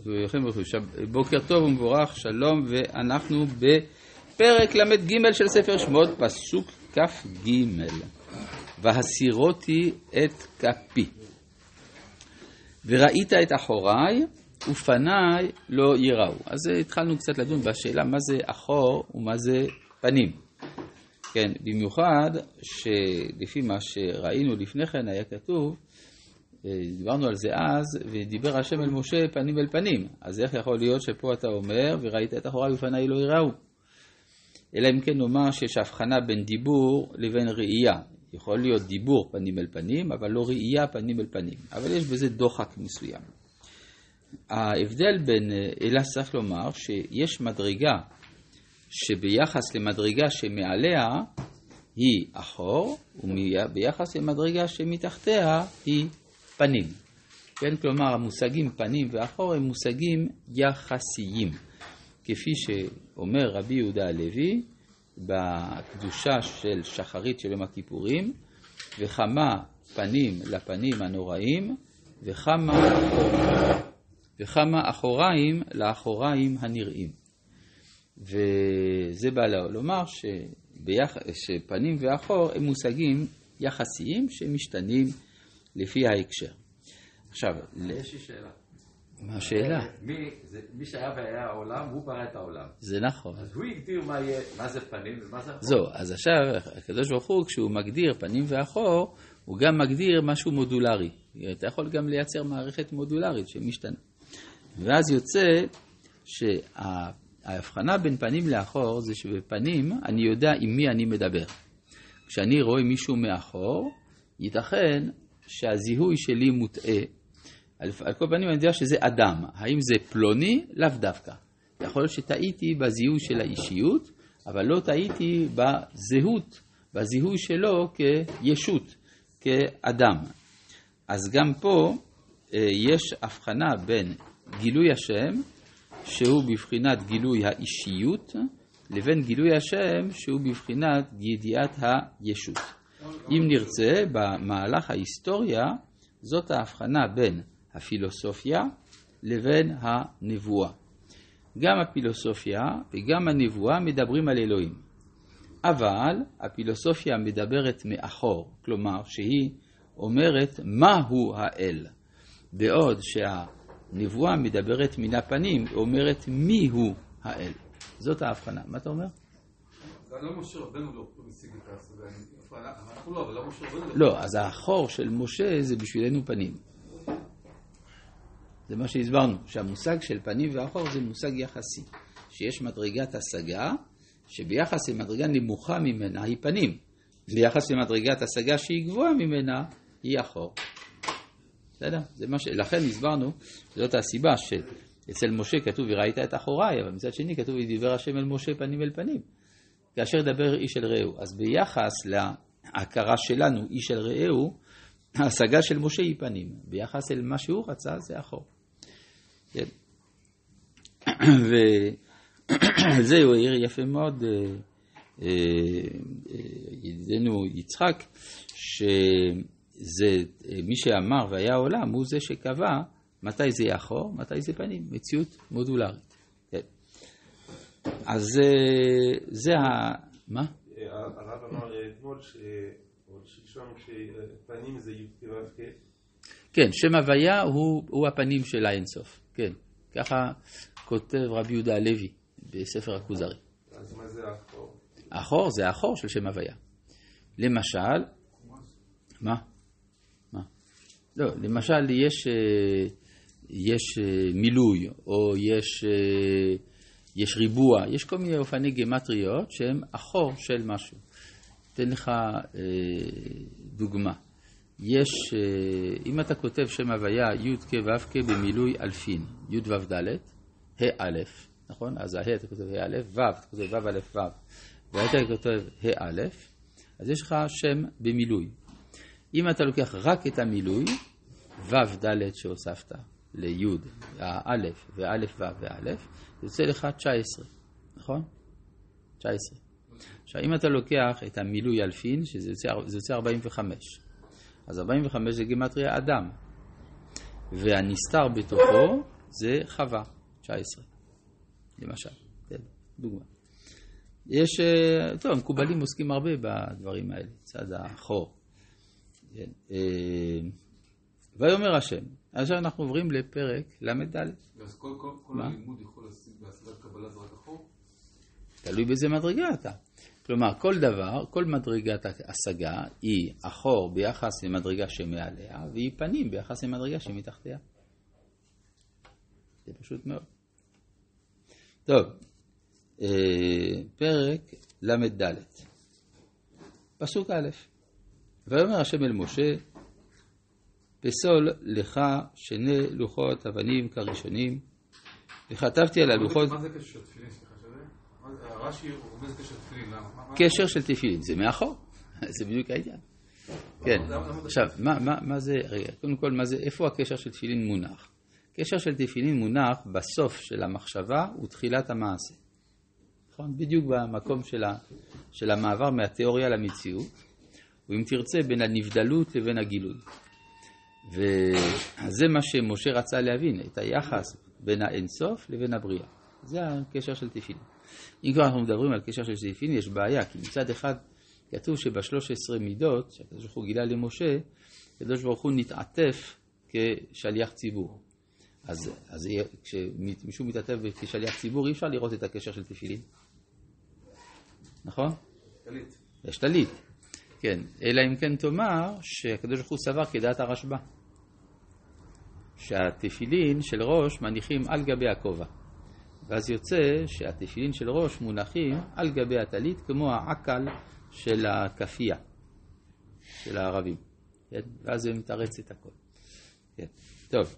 בוקר טוב ומבורך, שלום, ואנחנו בפרק למד ג' של ספר שמות, פסוק כ"ג. והסירותי את כפי, וראית את אחוריי, ופניי לא יראו. אז התחלנו קצת לדון בשאלה מה זה אחור ומה זה פנים. כן, במיוחד שלפי מה שראינו לפני כן היה כתוב, דיברנו על זה אז, ודיבר השם אל משה פנים אל פנים. אז איך יכול להיות שפה אתה אומר, וראית את אחוריי ופניי לא יראו? אלא אם כן נאמר שיש הבחנה בין דיבור לבין ראייה. יכול להיות דיבור פנים אל פנים, אבל לא ראייה פנים אל פנים. אבל יש בזה דוחק מסוים. ההבדל בין אלא צריך לומר שיש מדרגה שביחס למדרגה שמעליה היא אחור, וביחס למדרגה שמתחתיה היא פנים. כן, כלומר המושגים פנים ואחור הם מושגים יחסיים. כפי שאומר רבי יהודה הלוי בקדושה של שחרית של יום הכיפורים, וכמה פנים לפנים הנוראים, וכמה אחוריים לאחוריים הנראים. וזה בא לומר שפנים ואחור הם מושגים יחסיים שמשתנים לפי ההקשר. עכשיו, יש לי שאלה. מה השאלה? מי שהיה והיה העולם, הוא ברא את העולם. זה נכון. אז הוא הגדיר מה זה פנים ומה זה אחור. זו, אז עכשיו, הקדוש ברוך הוא, כשהוא מגדיר פנים ואחור, הוא גם מגדיר משהו מודולרי. אתה יכול גם לייצר מערכת מודולרית שמשתנה. ואז יוצא שההבחנה בין פנים לאחור זה שבפנים אני יודע עם מי אני מדבר. כשאני רואה מישהו מאחור, ייתכן שהזיהוי שלי מוטעה. על כל פנים אני יודע שזה אדם. האם זה פלוני? לאו דווקא. יכול להיות שטעיתי בזיהוי של האישיות, אבל לא טעיתי בזיהוי שלו כישות, כאדם. אז גם פה יש הבחנה בין גילוי השם, שהוא בבחינת גילוי האישיות, לבין גילוי השם, שהוא בבחינת ידיעת הישות. אם נרצה, במהלך ההיסטוריה, זאת ההבחנה בין הפילוסופיה לבין הנבואה. גם הפילוסופיה וגם הנבואה מדברים על אלוהים. אבל הפילוסופיה מדברת מאחור, כלומר שהיא אומרת מהו האל. בעוד שהנבואה מדברת מן הפנים, אומרת מיהו האל. זאת ההבחנה. מה אתה אומר? לא משה רבנו לא משיג את ההשגה. אנחנו לא, אבל לא משה רבנו. לא, אז האחור של משה זה בשבילנו פנים. זה מה שהסברנו, שהמושג של פנים ואחור זה מושג יחסי. שיש מדרגת השגה, שביחס למדרגה נמוכה ממנה היא פנים. ביחס למדרגת השגה שהיא גבוהה ממנה היא אחור. בסדר? זה מה לכן הסברנו, זאת הסיבה שאצל משה כתוב וראית את אחוריי, אבל מצד שני כתוב ידבר השם אל משה פנים אל פנים. כאשר דבר איש אל רעהו. אז ביחס להכרה שלנו איש אל רעהו, ההשגה של משה היא פנים. ביחס אל מה שהוא רצה זה אחור. כן. וזהו העיר יפה מאוד ידידנו יצחק, שזה מי שאמר והיה עולם הוא זה שקבע מתי זה אחור, מתי זה פנים, מציאות מודולרית. כן. אז זה מה? הרב אמר אתמול שלשום שפנים זה י"ק. כן, שם הוויה הוא הפנים של האינסוף. כן, ככה כותב רבי יהודה הלוי בספר הכוזרי. אז מה זה האחור? האחור זה האחור של שם הוויה. למשל, מה? לא, למשל יש מילוי או יש ריבוע, יש כל מיני אופני גמטריות שהם אחור של משהו. אתן לך דוגמה. יש, אם אתה כותב שם הוויה י' כ' ו' כ' במילוי אלפין, י' ו' ד', ה' א', נכון? אז ה' אתה כותב ה' א', ו' אתה כותב ו' א' ו', ואתה כותב ה' א', אז יש לך שם במילוי. אם אתה לוקח רק את המילוי, ו' ד' שהוספת לי', א' וא' ו' וא', יוצא לך 19, נכון? 19. עכשיו, אם אתה לוקח את המילוי אלפין, שזה יוצא 45, אז 45 זה גימטריה אדם, והנסתר בתוכו זה חווה, 19, למשל, כן, דוגמה. יש, טוב, המקובלים עוסקים הרבה בדברים האלה, צד החור. כן. ויאמר השם, עכשיו אנחנו עוברים לפרק למד ד'. אז כל הלימוד יכול להשיג בהשגת קבלה זה רק החור? תלוי באיזה מדרגה אתה. כלומר, כל דבר, כל מדרגת השגה היא אחור ביחס למדרגה שמעליה, והיא פנים ביחס למדרגה שמתחתיה. זה פשוט מאוד. טוב, פרק למד ד', פסוק א', ויאמר השם אל משה, פסול לך שני לוחות אבנים כראשונים, וכתבתי על הלוחות... מה זה קשר של תפילין? סליחה שזה? הרש"י רומז קשר תפילין, למה? קשר של תפילין, זה מאחור, זה בדיוק העניין. כן, עכשיו, מה זה, רגע, קודם כל, איפה הקשר של תפילין מונח? קשר של תפילין מונח בסוף של המחשבה ותחילת המעשה. נכון? בדיוק במקום של המעבר מהתיאוריה למציאות, ואם תרצה בין הנבדלות לבין הגילוי. וזה מה שמשה רצה להבין, את היחס בין האינסוף לבין הבריאה. זה הקשר של תפילין. אם כבר אנחנו מדברים על קשר של תפילין, יש בעיה, כי מצד אחד כתוב שב-13 מידות, שהקדוש ברוך הוא גילה למשה, הקדוש ברוך הוא נתעטף כשליח ציבור. אז כשמישהו מתעטף כשליח ציבור, אי אפשר לראות את הקשר של תפילין. נכון? טלית. יש טלית. כן, אלא אם כן תאמר שהקדוש ברוך הוא סבר כדעת הרשב"א. שהתפילין של ראש מניחים על גבי הכובע. ואז יוצא שהתפילין של ראש מונחים על גבי הטלית כמו העקל של הכפייה של הערבים. כן? ואז זה מתארץ את הכל. כן. טוב.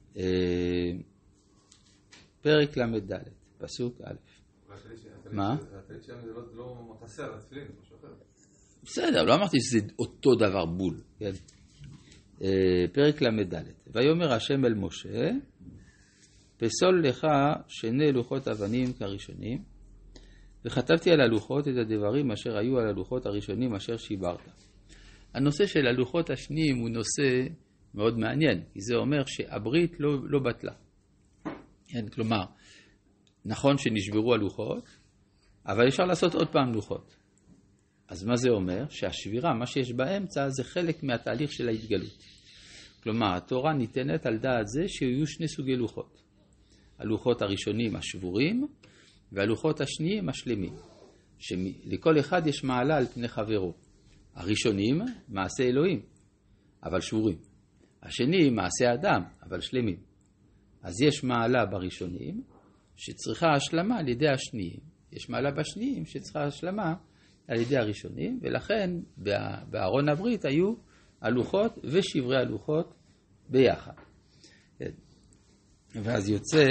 פרק למד ד', פסוק א'. מה? הטלית שלנו זה לא מתעשה על התפילין, זה משהו אחר. בסדר, לא אמרתי שזה אותו דבר בול. כן? פרק למד ד', ויאמר השם אל משה, פסול לך שני לוחות אבנים כראשונים, וכתבתי על הלוחות את הדברים אשר היו על הלוחות הראשונים אשר שיברת. הנושא של הלוחות השניים הוא נושא מאוד מעניין, כי זה אומר שהברית לא בטלה. כן, כלומר, נכון שנשברו הלוחות, אבל אפשר לעשות עוד פעם לוחות. אז מה זה אומר? שהשבירה, מה שיש באמצע, זה חלק מהתהליך של ההתגלות. כלומר, התורה ניתנת על דעת זה שיהיו שני סוגי לוחות. הלוחות הראשונים השבורים, והלוחות השניים השלמים. שלכל אחד יש מעלה על פני חברו. הראשונים, מעשה אלוהים, אבל שבורים. השני, מעשה אדם, אבל שלמים. אז יש מעלה בראשונים, שצריכה השלמה על ידי השניים. יש מעלה בשניים, שצריכה השלמה על ידי הראשונים, ולכן בארון הברית היו הלוחות ושברי הלוחות ביחד. ואז יוצא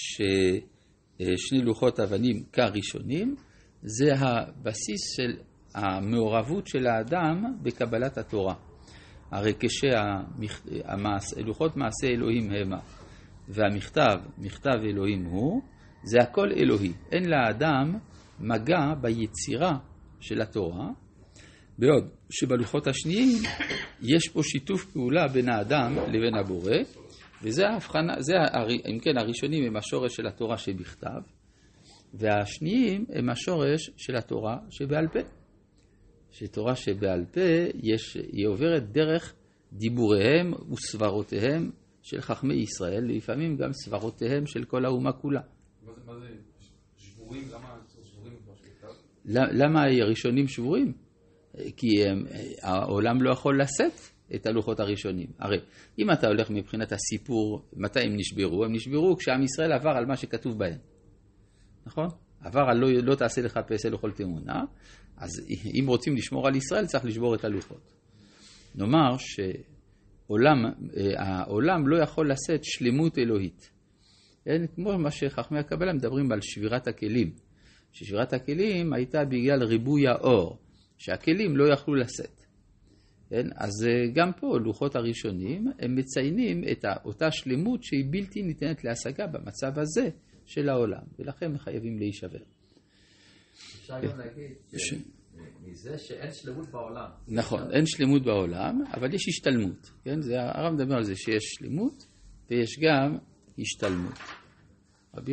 ששני לוחות אבנים כראשונים, זה הבסיס של המעורבות של האדם בקבלת התורה. הרי כשהלוחות מעשה אלוהים המה, והמכתב, מכתב אלוהים הוא, זה הכל אלוהי. אין לאדם מגע ביצירה של התורה, בעוד שבלוחות השניים יש פה שיתוף פעולה בין האדם לבין הבורא, וזה ההבחנה, אם כן, הראשונים הם השורש של התורה שבכתב, והשניים הם השורש של התורה שבעל פה. שתורה שבעל פה היא עוברת דרך דיבוריהם וסברותיהם של חכמי ישראל, לפעמים גם סברותיהם של כל האומה כולה. מה זה שבורים? למה שבורים כבר שבכתב? למה הראשונים שבורים? כי העולם לא יכול לשאת את הלוחות הראשונים. הרי אם אתה הולך מבחינת הסיפור, מתי הם נשברו? הם נשברו כשעם ישראל עבר על מה שכתוב בהם. נכון? עבר על לא תעשה לך פסל לכל תמונה, אז אם רוצים לשמור על ישראל צריך לשבור את הלוחות. נאמר שהעולם לא יכול לשאת שלמות אלוהית. כמו מה שחכמי הקבלה מדברים על שבירת הכלים. ששבירת הכלים הייתה בגלל ריבוי האור, שהכלים לא יכלו לשאת. אז גם פה לוחות הראשונים הם מציינים את אותה שלמות שהיא בלתי ניתנת להשגה במצב הזה של העולם, ולכן חייבים להישבר. אפשר גם להגיד מזה שאין שלמות בעולם. נכון, אין שלמות בעולם, אבל יש השתלמות. כן? הרב מדבר על זה שיש שלמות, ויש גם השתלמות.